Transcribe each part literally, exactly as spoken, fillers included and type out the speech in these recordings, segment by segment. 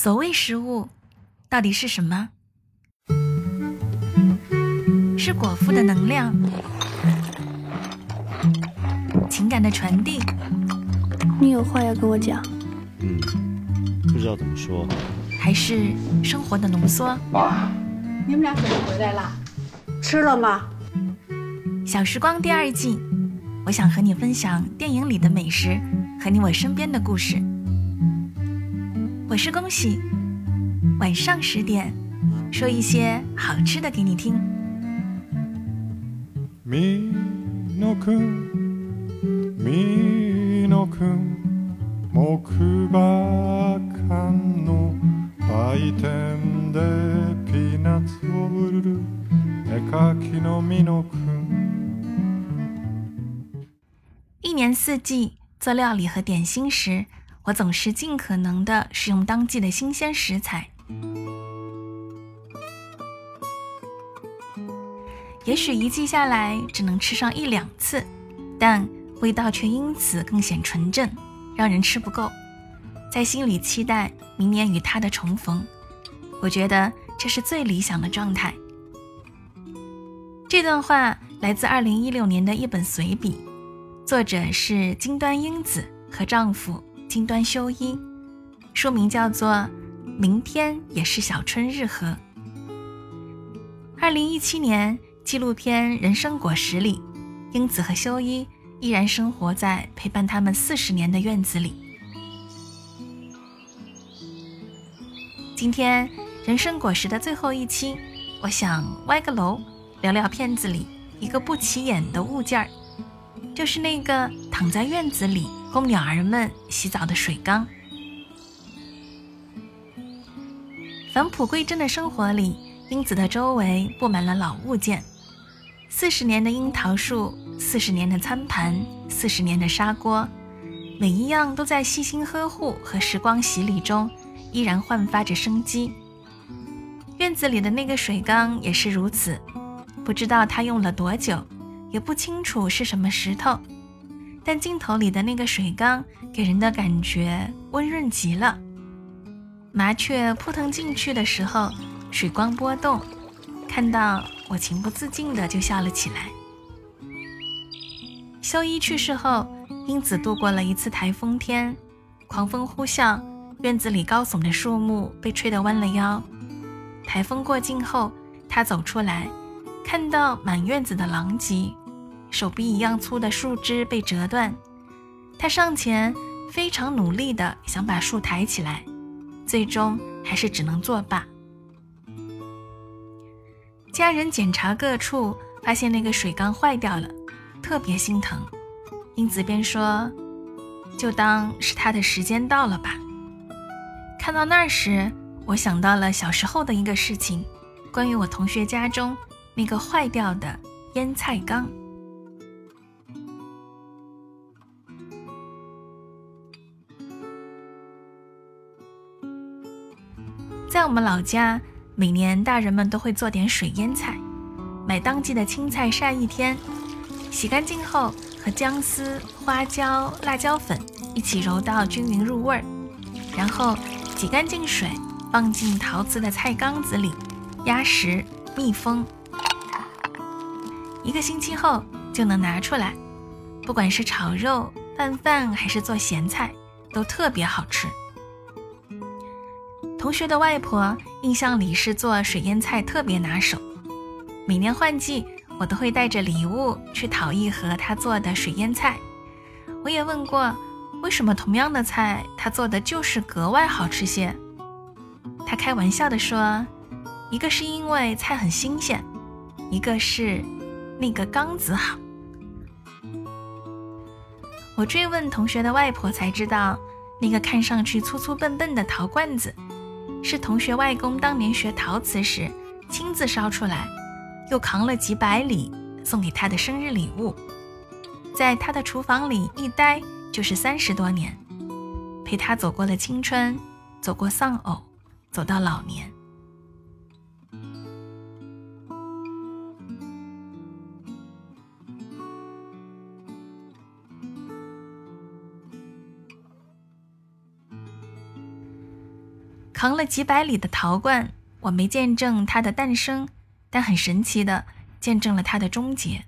所谓食物到底是什么？是果腹的能量，情感的传递。 你有话要跟我讲？ 嗯，不知道怎么说。 还是生活的浓缩？ 爸，你们俩怎么回来了？吃了吗？ 小时光第二季，我想和你分享电影里的美食和你我身边的故事。我是恭喜，晚上十点说一些好吃的给你听。 みのくんみのくん木馬館の売店でピーナッツを売る絵描きのみのくん。 一年四季做料理和点心时，我总是尽可能的使用当季的新鲜食材。也许一季下来只能吃上一两次，但味道却因此更显纯正，让人吃不够，在心里期待明年与它的重逢。我觉得这是最理想的状态。这段话来自二零一六年的一本随笔，作者是金端英子和丈夫金端修一，书名叫做《明天也是小春日和》。二零一七年纪录片《人生果实》里，英子和修一依然生活在陪伴他们四十年的院子里。今天《人生果实》的最后一期，我想歪个楼聊聊片子里一个不起眼的物件儿，就是那个躺在院子里供鸟儿们洗澡的水缸。返璞归真的生活里，英子的周围布满了老物件，四十年的樱桃树，四十年的餐盘，四十年的砂锅，每一样都在细心呵护和时光洗礼中依然焕发着生机。院子里的那个水缸也是如此，不知道它用了多久，也不清楚是什么石头，但镜头里的那个水缸给人的感觉温润极了。麻雀扑腾进去的时候，水光波动，看到我情不自禁地就笑了起来。修一去世后，英子度过了一次台风天，狂风呼啸，院子里高耸的树木被吹得弯了腰。台风过境后，她走出来，看到满院子的狼藉，手臂一样粗的树枝被折断，她上前非常努力地想把树抬起来，最终还是只能作罢。家人检查各处，发现那个水缸坏掉了，特别心疼。英子便说，就当是他的时间到了吧。看到那儿时，我想到了小时候的一个事情，关于我同学家中那个坏掉的腌菜缸。在我们老家，每年大人们都会做点水腌菜，买当季的青菜晒一天，洗干净后和姜丝、花椒、辣椒粉一起揉到均匀入味儿，然后挤干净水，放进陶瓷的菜缸子里，压实密封。一个星期后就能拿出来，不管是炒肉、拌饭还是做咸菜，都特别好吃。同学的外婆印象里是做水腌菜特别拿手，每年换季我都会带着礼物去讨一盒她做的水腌菜。我也问过，为什么同样的菜她做的就是格外好吃些。她开玩笑地说，一个是因为菜很新鲜，一个是那个缸子好。我追问同学的外婆才知道，那个看上去粗粗笨笨的陶罐子是同学外公当年学陶瓷时亲自烧出来，又扛了几百里送给他的生日礼物，在他的厨房里一待就是三十多年，陪他走过了青春，走过丧偶，走到老年。 扛了几百里的陶罐，我没见证它的诞生，但很神奇的见证了它的终结。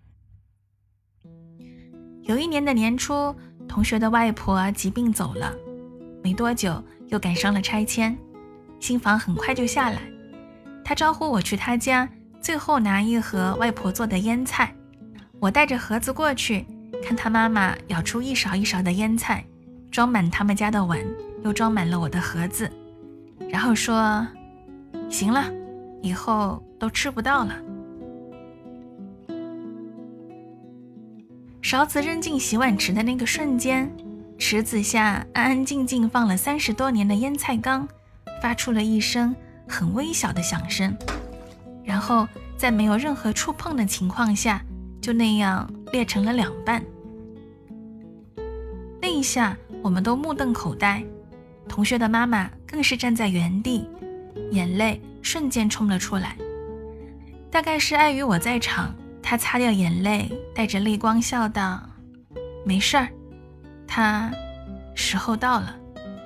有一年的年初，同学的外婆疾病走了，没多久又赶上了拆迁，新房很快就下来。他招呼我去他家，最后拿一盒外婆做的腌菜。我带着盒子过去，看他妈妈舀出一勺一勺的腌菜，装满他们家的碗，又装满了我的盒子，然后说：行了，以后都吃不到了。勺子扔进洗碗池的那个瞬间，池子下安安静静放了三十多年的腌菜缸发出了一声很微小的响声，然后在没有任何触碰的情况下，就那样裂成了两半。那一下我们都目瞪口呆，同学的妈妈更是站在原地，眼泪瞬间冲了出来。大概是碍于我在场，她擦掉眼泪，带着泪光笑道：没事儿，她时候到了。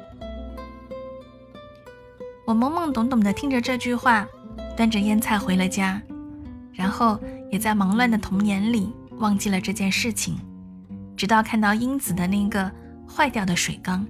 我懵懵懂懂地听着这句话，端着腌菜回了家，然后也在忙乱的童年里忘记了这件事情，直到看到英子的那个坏掉的水缸。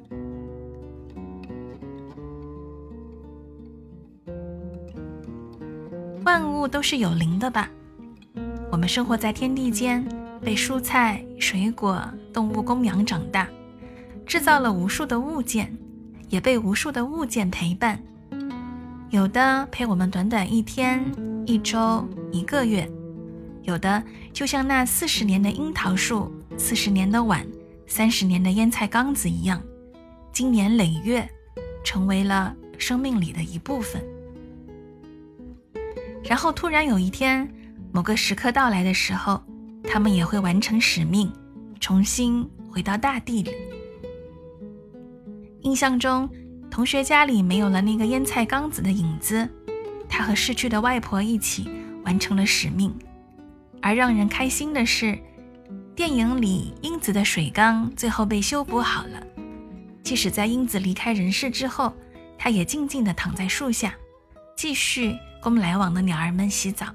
万物都是有灵的吧？我们生活在天地间，被蔬菜、水果、动物供养长大，制造了无数的物件，也被无数的物件陪伴。有的陪我们短短一天、一周、一个月，有的就像那四十年的樱桃树、四十年的碗、三十年的腌菜缸子一样，经年累月，成为了生命里的一部分。然后突然有一天，某个时刻到来的时候，他们也会完成使命，重新回到大地里。印象中，同学家里没有了那个腌菜缸子的影子，他和逝去的外婆一起完成了使命。而让人开心的是，电影里英子的水缸最后被修补好了，即使在英子离开人世之后，她也静静地躺在树下，继续供来往的鸟儿们洗澡。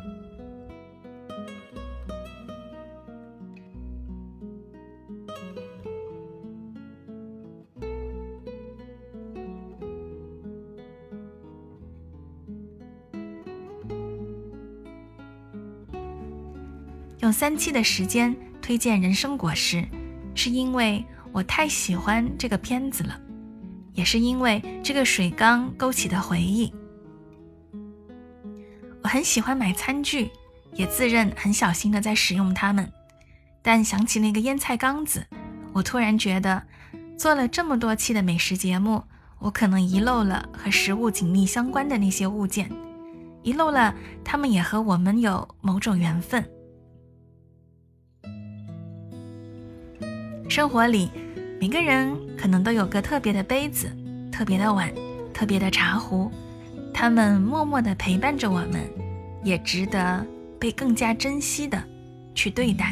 用三期的时间推荐人生果实，是因为我太喜欢这个片子了，也是因为这个水缸勾起的回忆。我很喜欢买餐具，也自认很小心的在使用它们，但想起那个腌菜缸子，我突然觉得做了这么多期的美食节目，我可能遗漏了和食物紧密相关的那些物件，遗漏了它们也和我们有某种缘分。生活里每个人可能都有个特别的杯子、特别的碗、特别的茶壶，他们默默地陪伴着我们，也值得被更加珍惜的去对待。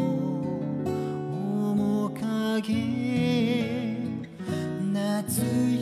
夏